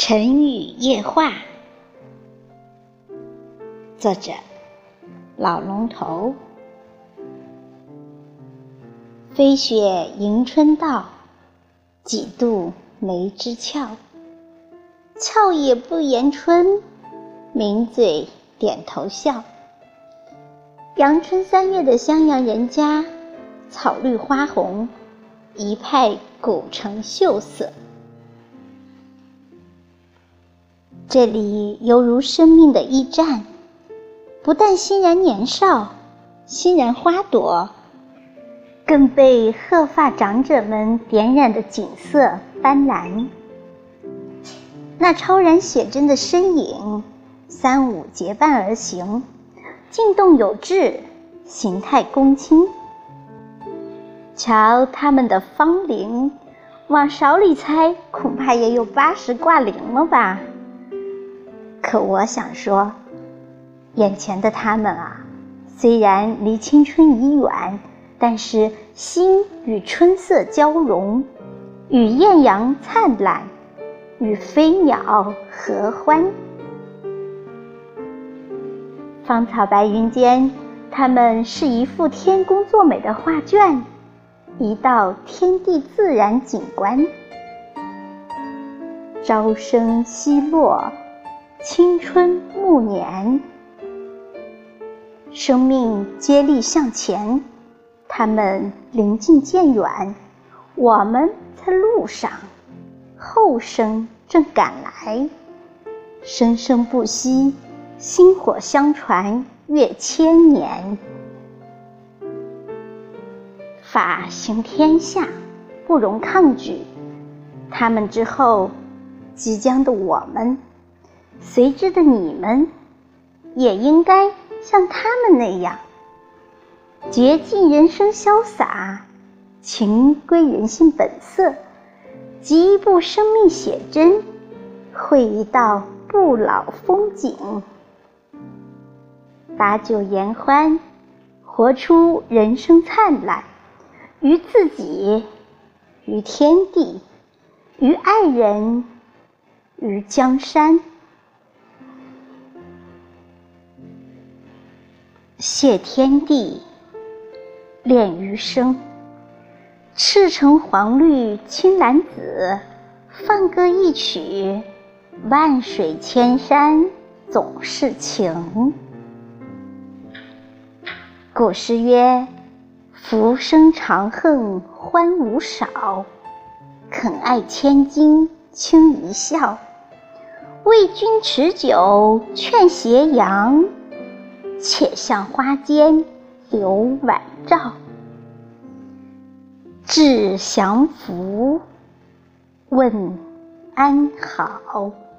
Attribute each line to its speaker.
Speaker 1: 成语夜话，作者老龙头。飞雪迎春到，几度梅枝俏。俏也不言春，抿嘴点头笑。阳春3月的襄阳人家，草绿花红，一派古城秀色。这里犹如生命的驿站，不但欣然年少，欣然花朵，更被鹤发长者们点染的景色斑斓。那超然写真的身影，3、5结伴而行，进动有致，形态公卿。瞧他们的芳龄，往少里猜，恐怕也有80挂零了吧。可我想说，眼前的他们啊，虽然离青春已远，但是心与春色交融，与艳阳灿烂，与飞鸟合欢。芳草白云间，他们是一幅天工作美的画卷，一道天地自然景观。朝升夕落，青春暮年，生命接力向前，他们临近渐远，我们在路上，后生正赶来，生生不息，薪火相传越千年。法行天下，不容抗拒，他们之后，即将的我们，随之的你们，也应该像他们那样，竭尽人生潇洒，情归人性本色，集一部生命写真，绘一道不老风景。把酒言欢，活出人生灿烂，于自己，于天地，于爱人，于江山。谢天地，恋余生。赤橙黄绿青蓝紫，放歌一曲，万水千山总是情。古诗曰：浮生长恨欢无少，肯爱千金轻一笑。为君持酒劝斜阳，且向花间留晚照。致降服，问安好。